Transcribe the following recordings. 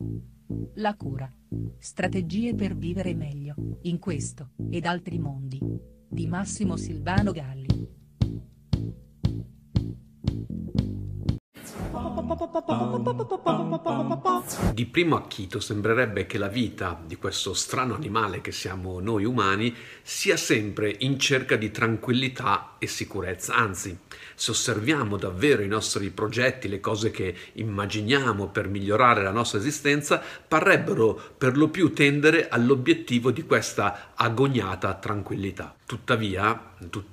La cura. Strategie per vivere meglio, in questo, ed altri mondi. Di Massimo Silvano Galli. Di primo acchito sembrerebbe che la vita di questo strano animale che siamo noi umani sia sempre in cerca di tranquillità e sicurezza. Anzi, se osserviamo davvero i nostri progetti, le cose che immaginiamo per migliorare la nostra esistenza, parrebbero per lo più tendere all'obiettivo di questa agognata tranquillità. Tuttavia,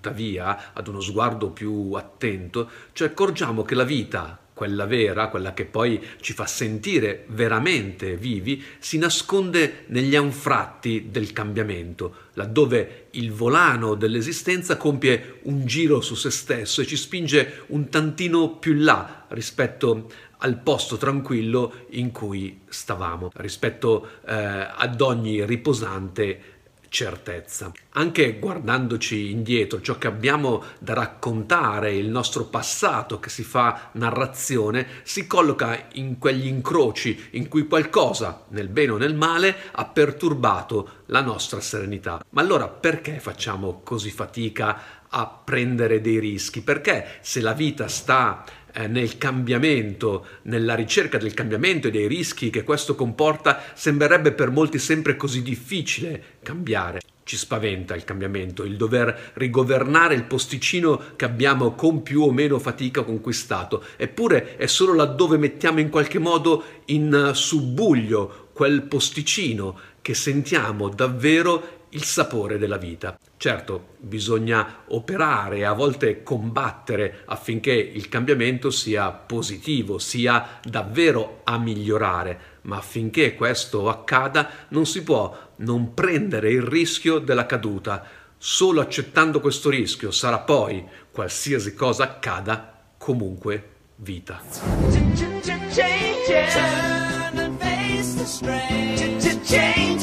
ad uno sguardo più attento, ci accorgiamo che la vita, quella vera, quella che poi ci fa sentire veramente vivi, si nasconde negli anfratti del cambiamento, laddove il volano dell'esistenza compie un giro su se stesso e ci spinge un tantino più in là rispetto al posto tranquillo in cui stavamo, rispetto ad ogni riposante certezza. Anche guardandoci indietro, ciò che abbiamo da raccontare, il nostro passato che si fa narrazione, si colloca in quegli incroci in cui qualcosa, nel bene o nel male, ha perturbato la nostra serenità. Ma allora perché facciamo così fatica a prendere dei rischi? Perché se la vita sta nel cambiamento, nella ricerca del cambiamento e dei rischi che questo comporta, sembrerebbe per molti sempre così difficile cambiare. Ci spaventa il cambiamento, il dover rigovernare il posticino che abbiamo con più o meno fatica conquistato, eppure è solo laddove mettiamo in qualche modo in subbuglio quel posticino che sentiamo davvero il sapore della vita. Certo, bisogna operare e a volte combattere affinché il cambiamento sia positivo, sia davvero a migliorare, ma affinché questo accada non si può non prendere il rischio della caduta. Solo accettando questo rischio sarà poi, qualsiasi cosa accada, comunque vita. Change